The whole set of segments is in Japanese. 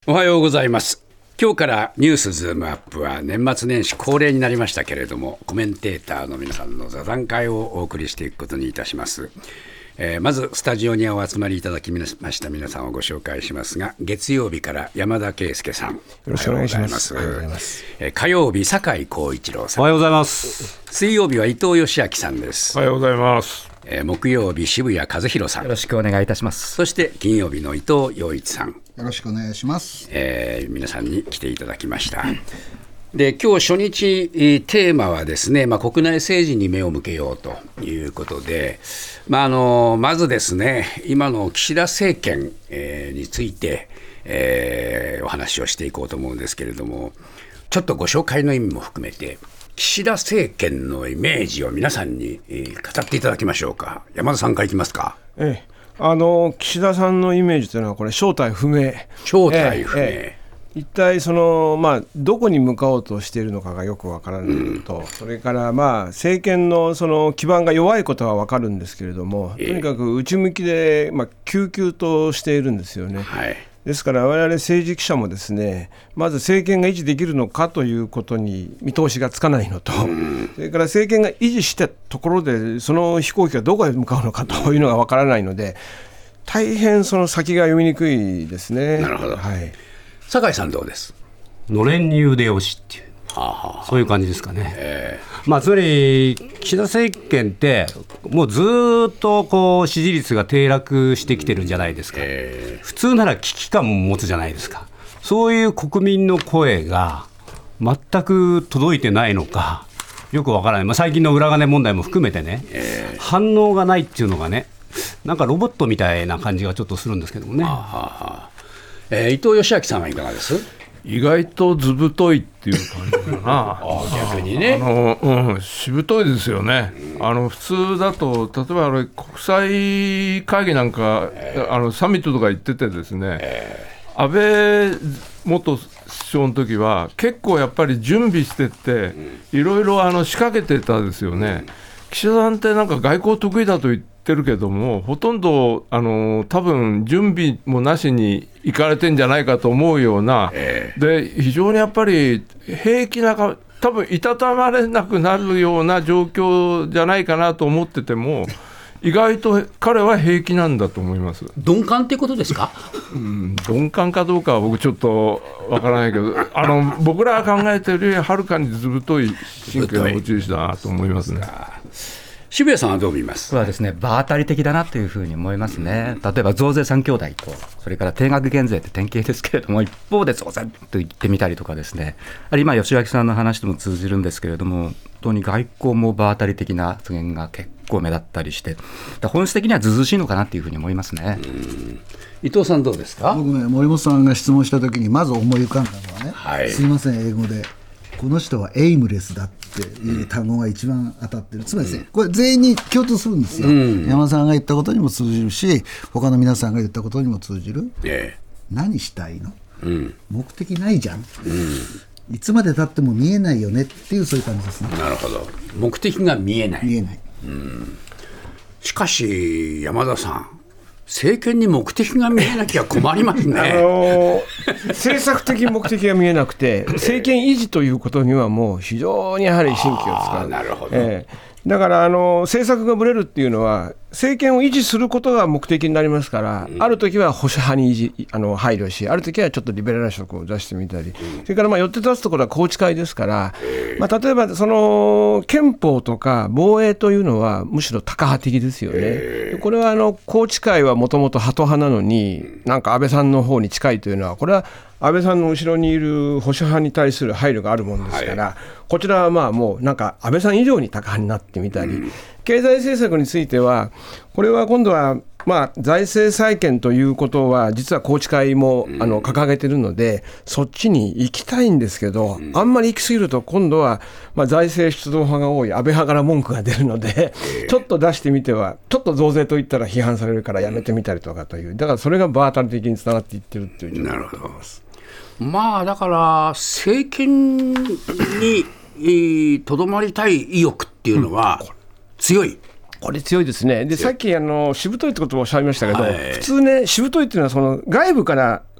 おはようございます。今日からニュースズームアップは年末年始恒例になりましたけれども、コメンテーターの皆さんの座談会をお送りしていくことにいたします。まずスタジオにお集まりいただきました皆さんをご紹介しますが、月曜日から山田圭介さん、よろしくお願いします。おはようございます。 火曜日酒井光一郎さん、 おはようございます。 水曜日は伊藤義明さんです。 おはようございます。 木曜日渋谷和弘さん、 よろしくお願いいたします。 そして金曜日の伊藤洋一さん、 よろしくお願いします。 皆さんに来ていただきました。で、今日初日テーマはですね、国内政治に目を向けようということで、まずですね、今の岸田政権、について、お話をしていこうと思うんですけれども、ちょっとご紹介の意味も含めて岸田政権のイメージを皆さんに、語っていただきましょうか。山田さんからいきますか。 岸田さんのイメージというのはこれ正体不明。 正体不明、 一体どこに向かおうとしているのかがよくわからないのと、それから政権のその基盤が弱いことはわかるんですけれども、とにかく内向きで急々としているんですよね。 はい、 ですから我々政治記者もですね、まず政権が維持できるのかということに見通しがつかないのと、それから政権が維持したところでその飛行機がどこへ向かうのかというのがわからないので、大変その先が読みにくいですね。 なるほど、 はい、 酒井さんどうです？ のれんに腕押しっていう、そういう感じですかね。つまり岸田政権ってもうずっと支持率が低落してきてるんじゃないですか。普通なら危機感も持つじゃないですか。そういう国民の声が全く届いてないのかよくわからない。最近の裏金問題も含めてね、反応がないっていうのがね、なんかロボットみたいな感じがちょっとするんですけどもね。 伊藤義明さんはいかがです？ 意外と図太いっていう感じかな。 逆にね、 しぶといですよね。普通だと例えば国際会議なんか、サミットとか行っててですね、安倍元首相の時は結構やっぱり準備してっていろいろ仕掛けてたですよね。岸田さんってなんか外交得意だと言ってるけども、ほとんど多分準備もなしに行かれてんじゃないかと思うような、で非常にやっぱり平気な多分いたたまれなくなるような状況じゃないかなと思ってても、意外と彼は平気なんだと思います。 鈍感ってことですか？ 鈍感かどうかは僕ちょっとわからないけど、僕らが考えているよりはるかにずぶとい神経の持ち主だなと思いますね。 渋谷さんはどう見ます？ 僕はですね、場当たり的だなというふうに思いますね。例えば増税3兄弟と、それから定額減税って典型ですけれども、一方で増税と言ってみたりとかですね、あるいは吉明さんの話とも通じるんですけれども、本当に外交も場当たり的な発言が結構目立ったりして、本質的にはずうずうしいのかなというふうに思いますね。 伊藤さんどうですか？ 僕ね、森本さんが質問したときにまず思い浮かんだのはね、すいません、英語でこの人はエイムレスだっていう単語が一番当たってる。つまりですね、これ全員に共通するんですよ。山田さんが言ったことにも通じるし、他の皆さんが言ったことにも通じる。何したいの、目的ないじゃん、いつまでたっても見えないよねっていう、そういう感じですね。 なるほど、目的が見えない。しかし山田さん、政権に目的が見えなきゃ困りますね。 政策的目的が見えなくて、政権維持ということにはもう非常にやはり神経を使う。 なるほど、 だから政策がぶれるっていうのは政権を維持することが目的になりますから、あるときは保守派に配慮し、あるときはちょっとリベラル色を出してみたり、それから寄って立つところは宏池会ですから、例えばその憲法とか防衛というのはむしろタカ派的ですよね。これは宏池会はもともとハト派なのに、なんか安倍さんの方に近いというのは、これは安倍さんの後ろにいる保守派に対する配慮があるものですから、こちらはもうなんか安倍さん以上にタカ派になってみたり、経済政策についてはこれは今度は財政再建ということは実は宏池会も掲げているので、そっちに行きたいんですけど、あんまり行き過ぎると今度は財政出動派が多い安倍派から文句が出るので、ちょっと出してみては、ちょっと増税と言ったら批判されるからやめてみたりとかという、だからそれが場当たり的につながっていってるという状況だと思います。 だから政権にとどまりたい意欲っていうのは強い。 これ強いですね。でさっきしぶといってことをおっしゃいましたけど、普通ね、しぶといっていうのはその外部から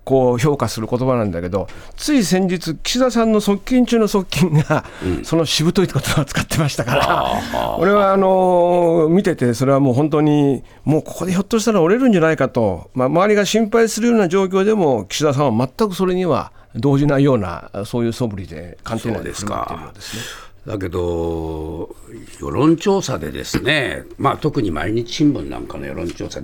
こう評価する言葉なんだけど、つい先日岸田さんの側近中の側近がそのしぶとい言葉を使ってましたから、俺は見ててそれはもう本当にもうここでひょっとしたら折れるんじゃないかと、周りが心配するような状況でも岸田さんは全くそれには動じないような、そういう素振りで官邸内で振る舞っているようですね。 だけど世論調査でですね、特に毎日新聞なんかの世論調査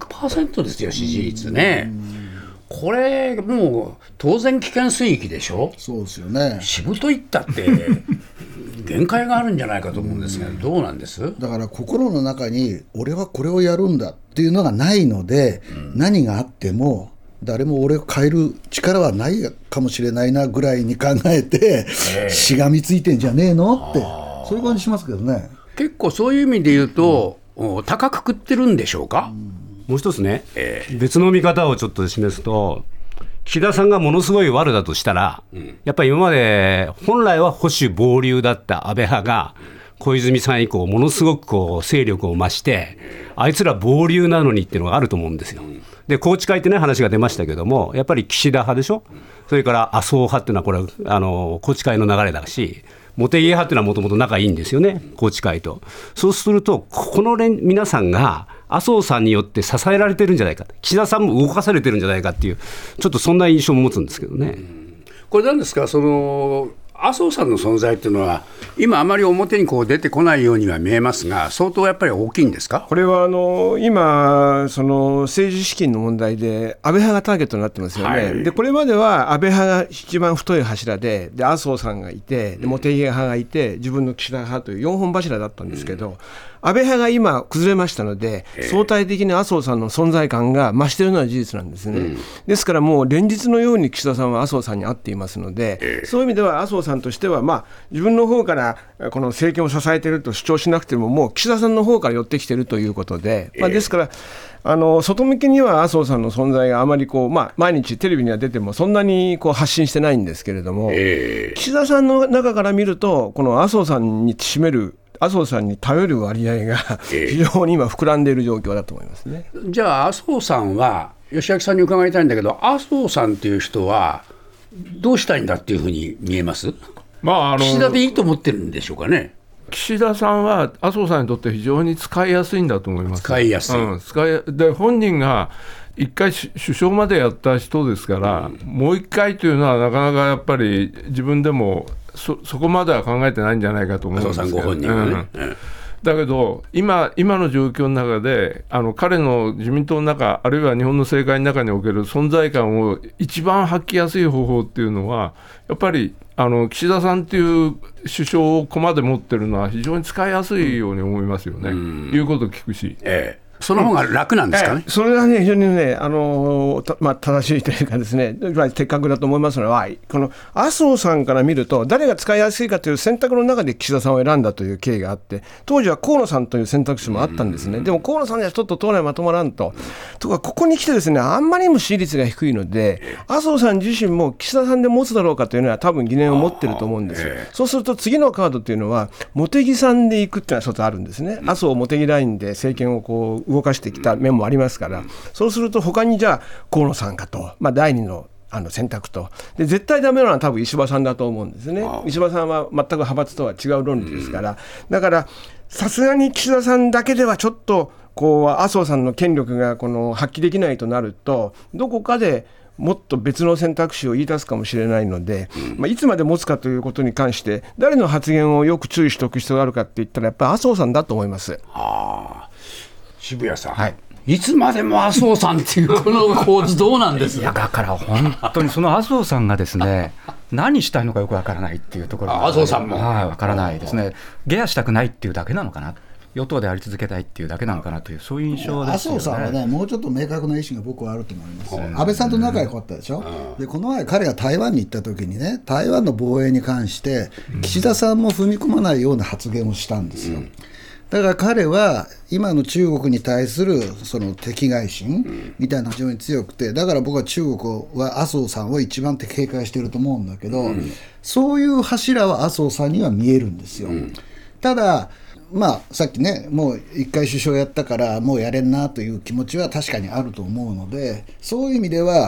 16% ですよ、支持率ね。これもう当然危険水域でしょ。 そうですよね。 しぶといったって限界があるんじゃないかと思うんですが、どうなんです？ だから心の中に俺はこれをやるんだっていうのがないので、何があっても誰も俺を変える力はないかもしれないなぐらいに考えて、しがみついてんじゃねえのってそういう感じしますけどね。 結構そういう意味で言うと、高く食ってるんでしょうか。 もう一つね、別の見方をちょっと示すと、岸田さんがものすごい悪だとしたら、やっぱり今まで本来は保守暴流だった安倍派が小泉さん以降ものすごくこう勢力を増して、あいつら暴流なのにっていうのがあると思うんですよ。で宏池会ってね話が出ましたけども、やっぱり岸田派でしょ。それから麻生派っていうのはこれ宏池会の流れだし、茂木派っていうのはもともと仲いいんですよね、宏池会と。そうするとこの皆さんが麻生さんによって支えられてるんじゃないか、岸田さんも動かされてるんじゃないかっていう、ちょっとそんな印象も持つんですけどね。 これなんですか、麻生さんの存在っていうのは今あまり表にこう出てこないようには見えますが、相当やっぱり大きいんですか。 これは今その政治資金の問題で安倍派がターゲットになってますよね、でこれまでは安倍派が一番太い柱で、麻生さんがいて、で茂木派がいて、自分の岸田派という4本柱だったんですけど、安倍派が今崩れましたので、相対的に麻生さんの存在感が増しているのは事実なんですね、ですからもう連日のように岸田さんは麻生さんに会っていますので、そういう意味では麻生さんとしては、自分の方からこの政権を支えていると主張しなくても、もう岸田さんの方から寄ってきているということで、ですから外向けには麻生さんの存在があまり毎日テレビには出てもそんなに発信してないんですけれども、岸田さんの中から見ると、この麻生さんに占める、麻生さんに頼る割合が非常に今膨らんでいる状況だと思いますね。 じゃあ麻生さんは、吉明さんに伺いたいんだけど、麻生さんという人はどうしたいんだっていうふうに見えます？岸田でいいと思ってるんでしょうかね。 岸田さんは麻生さんにとって非常に使いやすいんだと思います。 使いやすい、 で本人が1回首相までやった人ですから、もう1回というのはなかなかやっぱり自分でもそこまでは考えてないんじゃないかと思うんですけど、 麻生さんご本人はね、 だけど今の状況の中で彼の自民党の中、あるいは日本の政界の中における存在感を一番発揮やすい方法っていうのは、やっぱり岸田さんという首相を駒で持ってるのは非常に使いやすいように思いますよね、言うことを聞くし、 その方が楽なんですかね。 それはね、非常にね、正しいというかですね、的確だと思いますのは、この麻生さんから見ると、誰が使いやすいかという選択の中で岸田さんを選んだという経緯があって、当時は河野さんという選択肢もあったんですね。でも河野さんにはちょっと党内まとまらんと。とかここに来てですね、あんまりにも支持率が低いので、麻生さん自身も岸田さんで持つだろうかというのは多分疑念を持ってると思うんですよ。そうすると次のカードというのは茂木さんでいくっていうのは一つあるんですね。麻生茂木ラインで政権をこう動かしてきた面もありますから、そうすると他にじゃあ河野さんかと、第二の選択と、で絶対ダメなのは多分石破さんだと思うんですね。石破さんは全く派閥とは違う論理ですから、だからさすがに岸田さんだけではちょっと麻生さんの権力が発揮できないとなると、どこかでもっと別の選択肢を言い出すかもしれないので、いつまで持つかということに関して誰の発言をよく注意しておく必要があるかって言ったら、やっぱり麻生さんだと思います。 渋谷さん、いつまでも麻生さんっていうこの構図どうなんですか。 いやだから本当にその麻生さんがですね何したいのかよくわからないっていうところが、 麻生さんもわからないですね。ゲアしたくないっていうだけなのかな、与党であり続けたいっていうだけなのかなという、そういう印象ですよね。 麻生さんはね、もうちょっと明確な意思が僕はあると思います。安倍さんと仲良かったでしょ。でこの前彼が台湾に行った時にね、台湾の防衛に関して岸田さんも踏み込まないような発言をしたんですよ。だから彼は今の中国に対するその敵外心みたいなのが非常に強くて、だから僕は中国は麻生さんを一番警戒してると思うんだけど、そういう柱は麻生さんには見えるんですよ。たださっきね、もう一回首相やったからもうやれんなという気持ちは確かにあると思うので、そういう意味では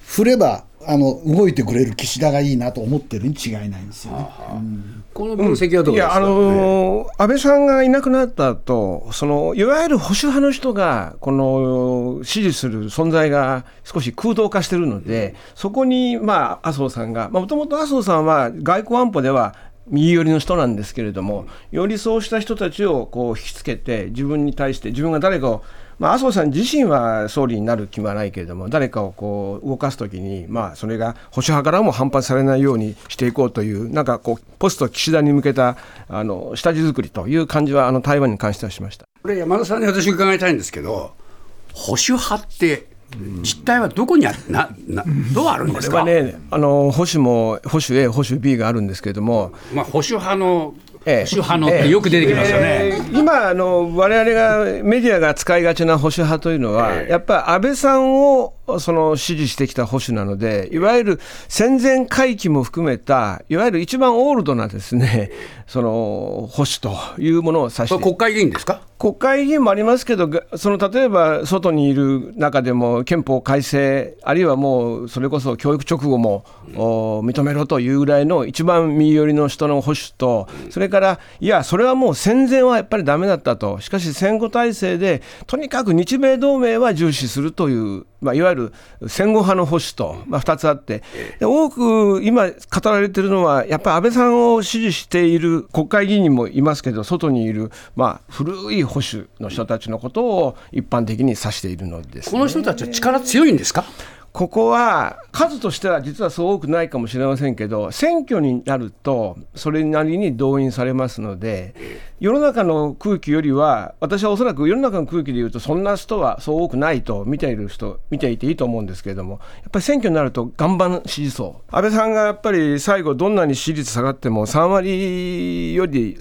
振れば動いてくれる岸田がいいなと思ってるに違いないんですよね。 この分析はどうですか。 安倍さんがいなくなった後、いわゆる保守派の人がこの支持する存在が少し空洞化しているので、そこに麻生さんが、もともと麻生さんは外交安保では右寄りの人なんですけれども、よりそうした人たちをこう引きつけて、自分に対して自分が誰かを、麻生さん自身は総理になる気はないけれども、誰かをこう動かすときに、それが保守派からも反発されないようにしていこうという、なんかこうポスト岸田に向けた下地作りという感じは台湾に関してはしました。 これ山田さんに私伺いたいんですけど、保守派って実態はどこにどうあるんですか。 これはね、保守も保守 A、保守 B があるんですけれども、 保守派のってよく出てきますよね。 今我々がメディアが使いがちな保守派というのは、やっぱり安倍さんを支持してきた保守なので、いわゆる戦前回帰も含めたいわゆる一番オールドなですね、保守というものを指して、 国会議員ですか。 国会議員もありますけど、例えば外にいる中でも憲法改正、あるいはもうそれこそ教育直後も認めろというぐらいの一番右寄りの人の保守と、それからいやそれはもう戦前はやっぱりダメだったと、しかし戦後体制でとにかく日米同盟は重視するという、いわゆる戦後派の保守と、2つあって、多く今語られているのはやっぱり安倍さんを支持している国会議員もいますけど、外にいる古い保守の人たちのことを一般的に指しているのです、ね。 この人たちは力強いんですか。 ここは数としては実はそう多くないかもしれませんけど、選挙になるとそれなりに動員されますので、世の中の空気よりは、私はおそらく世の中の空気でいうとそんな人はそう多くないと見ていていいと思うんですけれども、やっぱり選挙になると岩盤支持層、安倍さんがやっぱり最後どんなに支持率下がっても3割より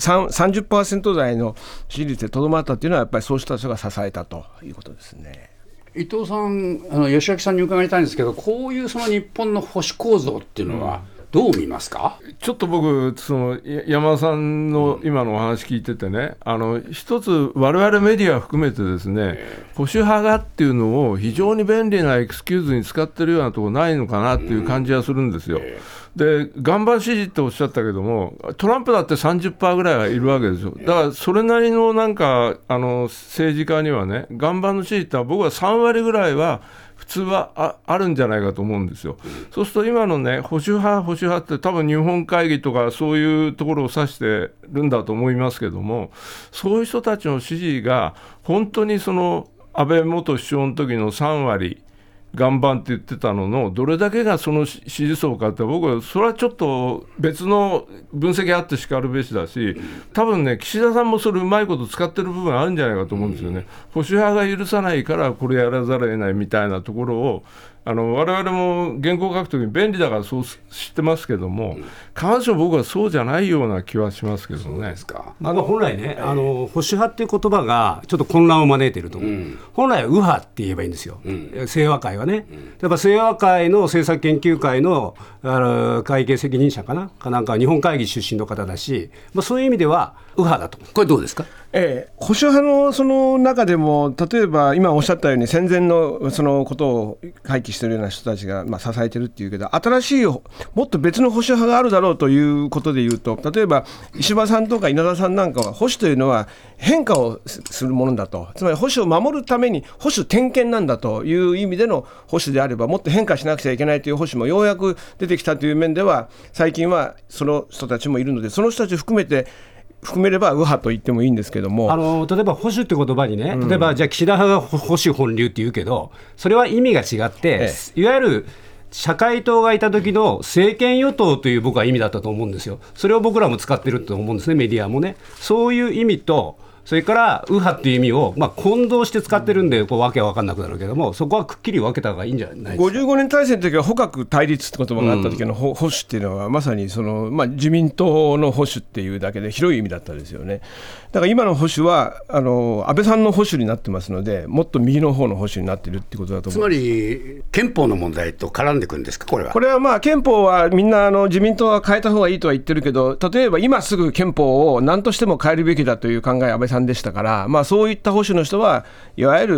30% 台の支持率でとどまったというのは、やっぱりそうした人が支えたということですね。 伊藤さん、吉明さんに伺いたいんですけど、こういう日本の保守構造っていうのはどう見ますか。 ちょっと僕山田さんの今のお話聞いててね、一つ我々メディア含めてですね、保守派がっていうのを非常に便利なエクスキューズに使ってるようなところないのかなっていう感じはするんですよ。で岩盤支持っておっしゃったけども、トランプだって 30% ぐらいはいるわけですよ。だからそれなりの政治家にはね、岩盤の支持って僕は3割ぐらいは普通は あるんじゃないかと思うんですよ。そうすると今のね、保守派って多分日本会議とかそういうところを指してるんだと思いますけども、そういう人たちの支持が本当に安倍元首相の時の3割岩盤って言ってたののどれだけがその支持層かって、僕はそれはちょっと別の分析あってしかるべしだし、多分ね、岸田さんもそれうまいこと使ってる部分あるんじゃないかと思うんですよね。保守派が許さないからこれやらざるを得ないみたいなところを我々も原稿書くときに便利だからそう知ってますけども、必ずしも僕はそうじゃないような気はしますけどね。 ですか。本来ね、保守派っていう言葉がちょっと混乱を招いていると思う、本来は右派って言えばいいんですよ、清和会はね。やっぱ清和会の政策研究会の会計責任者かなんか日本会議出身の方だし、そういう意味では右派だと。 これどうですか。 保守派のその中でも、例えば今おっしゃったように戦前のそのことを回帰しているような人たちが支えているっていうけど、新しいもっと別の保守派があるだろうということでいうと、例えば石破さんとか稲田さんなんかは、保守というのは変化をするものだと、つまり保守を守るために保守点検なんだという意味での保守であれば、もっと変化しなくちゃいけないという保守もようやく出てきたという面では、最近はその人たちもいるので、その人たちを含めれば右派と言ってもいいんですけども、 例えば保守って言葉にね、例えばじゃあ岸田派が保守本流って言うけど、それは意味が違って、いわゆる社会党がいた時の政権与党という僕は意味だったと思うんですよ。それを僕らも使ってると思うんですね、メディアもね。そういう意味と、それから右派っていう意味を混同して使ってるんで、わけは分かんなくなるけども、そこはくっきり分けた方がいいんじゃないですか。 55年体制の時は保革対立って言葉があった時の保守っていうのは、まさに自民党の保守っていうだけで広い意味だったですよね。だから今の保守は安倍さんの保守になってますので、もっと右の方の保守になっているってことだと思う。 つまり憲法の問題と絡んでくるんですか。これは憲法はみんな自民党は変えた方がいいとは言ってるけど、例えば今すぐ憲法を何としても変えるべきだという考え安倍さんでしたから、そういった保守の人はいわゆる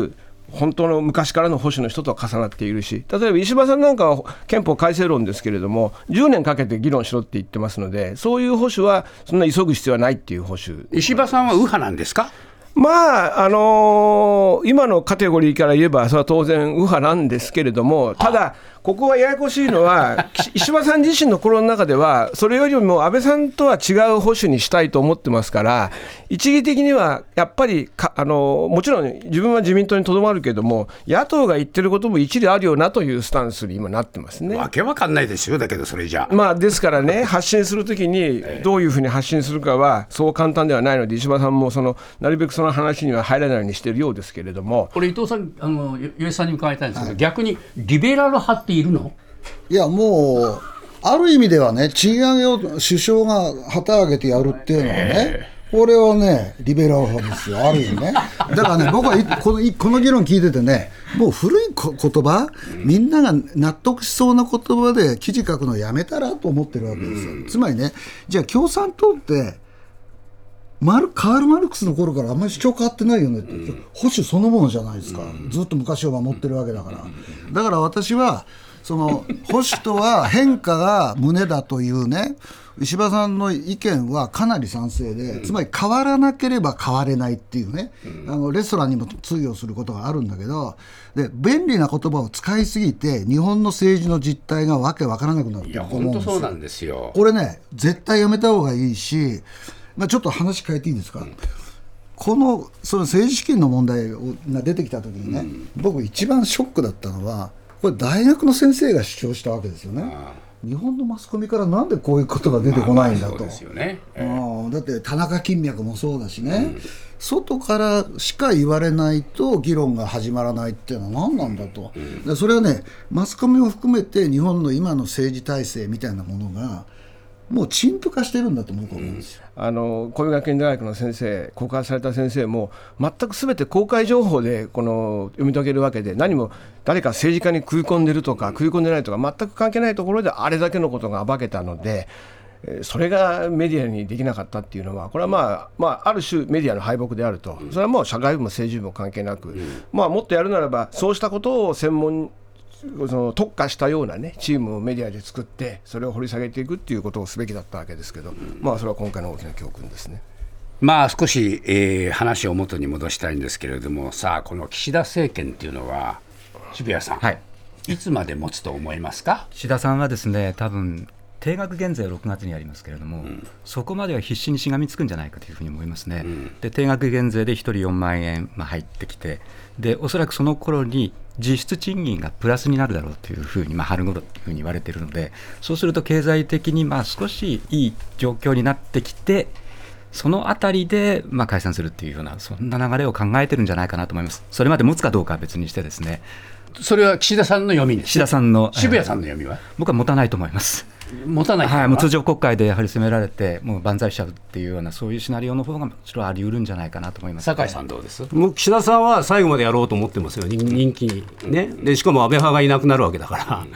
本当の昔からの保守の人とは重なっているし、例えば石破さんなんかは憲法改正論ですけれども10年かけて議論しろって言ってますので、そういう保守はそんな急ぐ必要はないっていう保守。 石破さんは右派なんですか？ まあ今のカテゴリーから言えばそれは当然右派なんですけれども、ただここはややこしいのは石破さん自身の心の中ではそれよりも安倍さんとは違う保守にしたいと思ってますから、一義的にはやっぱりもちろん自分は自民党にとどまるけれども、野党が言ってることも一理あるよなというスタンスに今なってますね。 わけわかんないですよ。だけどそれじゃまあですからね、発信するときにどういうふうに発信するかはそう簡単ではないので、石破さんもなるべくその話には入らないようにしているようですけれども。 これ伊藤さん、吉さんに伺いたいんですけど、逆にリベラル派っているの？ いやもうある意味ではね、賃上げを首相が旗揚げてやるっていうのはね、これはねリベラル派ですよ、ある意味ね。だからね、僕はこの議論聞いててね、もう古い言葉、みんなが納得しそうな言葉で記事書くのやめたらと思ってるわけですよ。つまりね、じゃあ共産党ってカール・マルクスの頃からあんまり主張変わってないよねって、保守そのものじゃないですか、ずっと昔を守ってるわけだから。だから私はその保守とは変化が旨だというね、石破さんの意見はかなり賛成で、つまり変わらなければ変われないっていうね、レストランにも通用することがあるんだけど、で便利な言葉を使いすぎて日本の政治の実態がわけわからなくなると思うんですよ。 いや本当そうなんですよ。 これね絶対やめた方がいいし、ちょっと話変えていいですか。その政治資金の問題が出てきたときにね、僕一番ショックだったのは、これ大学の先生が主張したわけですよね。日本のマスコミからなんでこういうことが出てこないんだと。 そうですよね。 だって田中金脈もそうだしね、外からしか言われないと議論が始まらないっていうのは何なんだと。でそれはね、マスコミを含めて日本の今の政治体制みたいなものがもう陳腐化してるんだと僕は思うんですよ。 工業学院大学の先生、公開された先生も全くすべて公開情報で読み解けるわけで、何も誰か政治家に食い込んでるとか食い込んでないとか全く関係ないところであれだけのことが暴けたので、それがメディアにできなかったっていうのは、これはある種メディアの敗北であると。それはもう社会部も政治部も関係なく、もっとやるならばそうしたことを専門特化したような、チームをメディアで作ってそれを掘り下げていくっていうことをすべきだったわけですけど、それは今回の大きな教訓ですね。 少し、話を元に戻したいんですけれども、さあこの岸田政権っていうのは渋谷さん、いつまで持つと思いますか？ 岸田さんはですね、多分定額減税は6月にありますけれども、そこまでは必死にしがみつくんじゃないかというふうに思いますね。で定額減税で1人4万円、入ってきて、でおそらくその頃に実質賃金がプラスになるだろうというふうに、春頃というふうに言われているので、そうすると経済的に少しいい状況になってきて、そのあたりで解散するっていうような、そんな流れを考えてるんじゃないかなと思います。それまで持つかどうかは別にしてですね。 それは岸田さんの読みです。 岸田さんの、 渋谷さんの読みは、 僕は持たないと思います。 持たない、 もう通常国会でやはり責められてもう万歳しちゃうっていうような、そういうシナリオの方がもちろんあり得るんじゃないかなと思います。 酒井さんどうです？ もう岸田さんは最後までやろうと思ってますよ、人気にね。でしかも安倍派がいなくなるわけだから、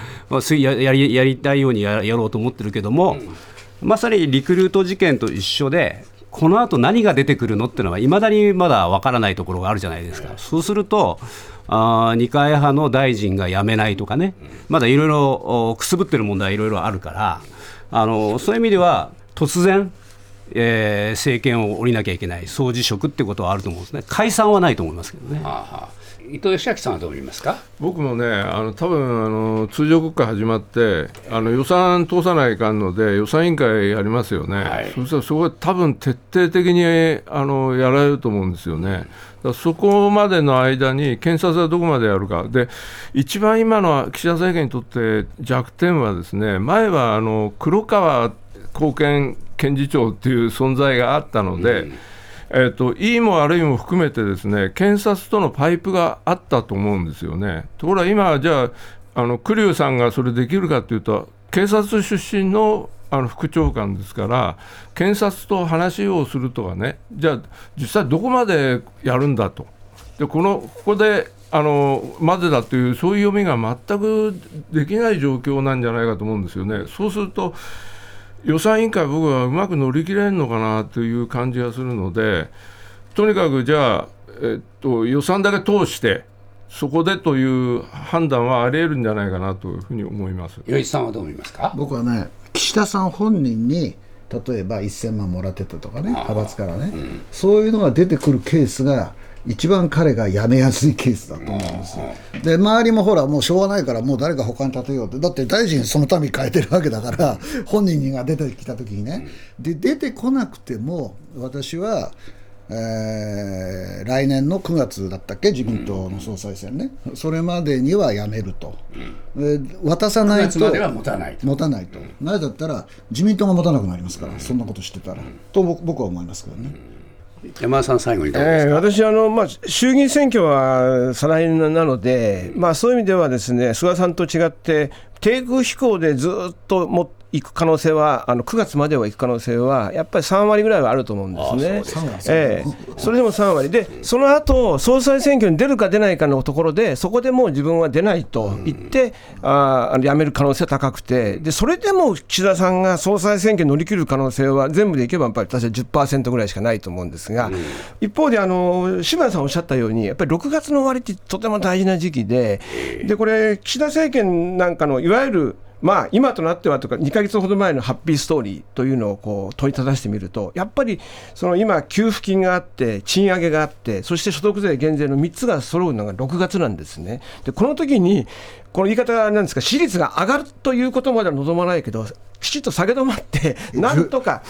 やりたいようにやろうと思ってるけども、まさにリクルート事件と一緒で、この後何が出てくるのっていうのはいまだにまだ分からないところがあるじゃないですか。そうすると二階派の大臣が辞めないとかね、まだいろいろくすぶってる問題いろいろあるから、そういう意味では突然、政権を降りなきゃいけない総辞職ってことはあると思うんですね。解散はないと思いますけどね。 伊藤義明さんはどう見ますか？ 僕もね、多分通常国会始まって予算通さないかんので予算委員会やりますよね。そしたらそこは多分徹底的にやられると思うんですよね。だからそこまでの間に検察はどこまでやるかで、一番今の岸田政権にとって弱点はですね、前は黒川貢献検事長っていう存在があったので、いいも悪いも含めてですね、検察とのパイプがあったと思うんですよね。ところが今じゃあ栗生さんがそれできるかというと、警察出身の副長官ですから、検察と話をするとかね、じゃあ実際どこまでやるんだと、でここでまでだという、そういう読みが全くできない状況なんじゃないかと思うんですよね。そうすると予算委員会、僕はうまく乗り切れるのかなという感じがするので、とにかくじゃあ、予算だけ通してそこでという判断はあり得るんじゃないかなというふうに思います。 余一さんはどう思いますか？ 僕はね、岸田さん本人に例えば1000万もらってたとかね、派閥からね、そういうのが出てくるケースが一番彼が辞めやすいケースだと思うんですよ。で周りもほらもうしょうがないからもう誰か他に立てようって、だって大臣そのために変えてるわけだから本人が出てきた時にね、で出てこなくても私は、来年の9月だったっけ、自民党の総裁選ね、それまでには辞めると、渡さないと 9月までは持たないと、 なぜだったら自民党が持たなくなりますから、そんなことしてたらと僕は思いますけどね。 山田さん最後にどうですか？ 私衆議院選挙は再来年なので、そういう意味ではですね、菅さんと違って低空飛行でずっと行く可能性は9月までは行く可能性はやっぱり3割ぐらいはあると思うんですね。それでも3割で、その後総裁選挙に出るか出ないかのところで、そこでもう自分は出ないと言って辞める可能性は高くて、でそれでも岸田さんが総裁選挙に乗り切る可能性は全部でいけばやっぱり私は 10% ぐらいしかないと思うんですが、一方で柴田さんおっしゃったようにやっぱり6月の終わりってとても大事な時期で、これ岸田政権なんかのいわゆる今となってはとか2ヶ月ほど前のハッピーストーリーというのを問いただしてみると、やっぱり今給付金があって賃上げがあってそして所得税減税の3つが揃うのが6月なんですね。でこの時にこの言い方なんですか、支持率が上がるということまでは望まないけどきちっと下げ止まってなんとか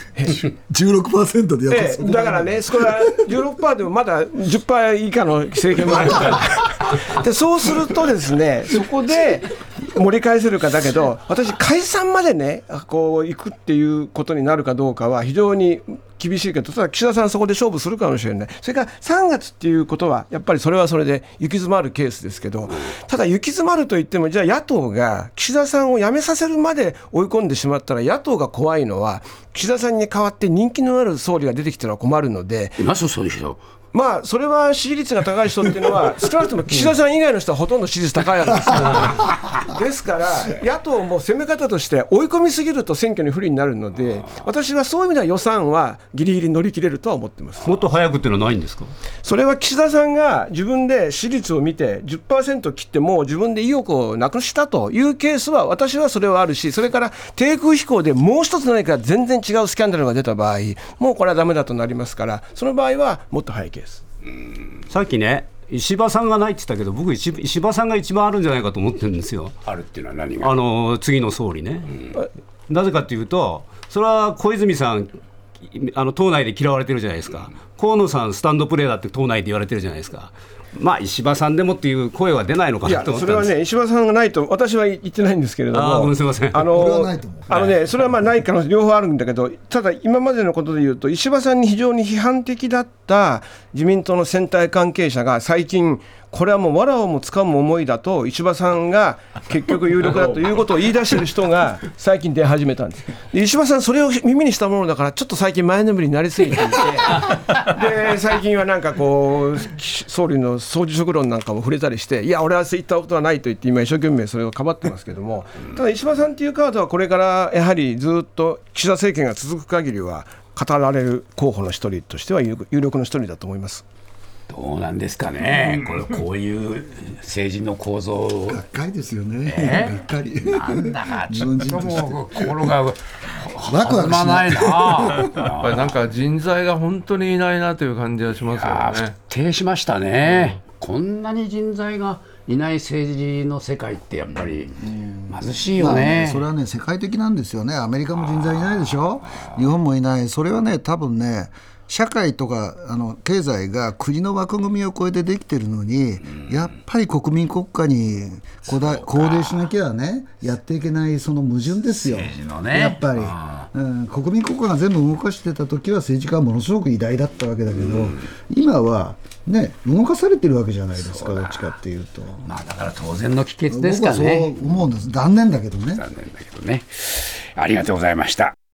16% でやっぱだからね、それは 16% でもまだ 10% 以下の政権もあるからでそうするとですね、そこで盛り返せるかだけど、私解散までね行くっていうことになるかどうかは非常に厳しいけど、ただ岸田さんそこで勝負するかもしれない。それから3月っていうことはやっぱりそれはそれで行き詰まるケースですけど、ただ行き詰まるといっても、じゃあ野党が岸田さんを辞めさせるまで追い込んでしまったら、野党が怖いのは岸田さんに代わって人気のある総理が出てきたら困るので、 いますそういう人。 それは支持率が高い人っていうのは少なくとも岸田さん以外の人はほとんど支持率高いわけですからですから野党も攻め方として追い込みすぎると選挙に不利になるので、私はそういう意味では予算はギリギリ乗り切れるとは思ってます。 もっと早くっていうのはないんですか？ それは岸田さんが自分で支持率を見て 10% 切っても自分で意欲をなくしたというケースは私はそれはあるし、それから低空飛行でもう一つ何か全然違うスキャンダルが出た場合、もうこれはダメだとなりますから、その場合はもっと早いケース。 さっきね、石破さんがないって言ったけど、僕石破さんが一番あるんじゃないかと思ってるんですよ。 あるっていうのは何が？ 次の総理ね、なぜかというと、それは小泉さん党内で嫌われてるじゃないですか。河野さんスタンドプレーだって党内で言われてるじゃないですか。石破さんでもっていう声は出ないのかなと思ったんです。 それはね、石破さんがないと私は言ってないんですけれども、 ごめんなさい、 それはない可能性両方あるんだけど、ただ今までのことでいうと石破さんに非常に批判的だった自民党の選対関係者が最近これはもう藁をもつかむ思いだと、石破さんが結局有力だということを言い出している人が最近出始めたんです。で石破さんそれを耳にしたものだから、ちょっと最近前のめりになりすぎていてで最近はなんか総理の総辞職論なんかも触れたりして、いや俺はそういったことはないと言って今一生懸命それをかばってますけども、ただ石破さんっていうカードはこれからやはりずっと岸田政権が続く限りは語られる候補の一人としては有力の一人だと思います。 どうなんですかね、こういう政治の構造がっかりですよね。がっかりなんだかちょっともう心がワクワクしないやっぱりなんか人材が本当にいないなという感じがしますよね。 徹底しましたね、こんなに人材がいない政治の世界ってやっぱり貧しいよね。 それはね世界的なんですよね。アメリカも人材いないでしょ、日本もいない。それはね多分ね社会とか経済が国の枠組みを超えてできてるのに、やっぱり国民国家に肯定しなきゃねやっていけないその矛盾ですよ、やっぱり、国民国家が全部動かしてた時は政治家はものすごく偉大だったわけだけど、今はね動かされてるわけじゃないですか、どっちかっていうと。 だから当然の帰結ですかね。 僕はそう思うんです。残念だけどね。 ありがとうございました。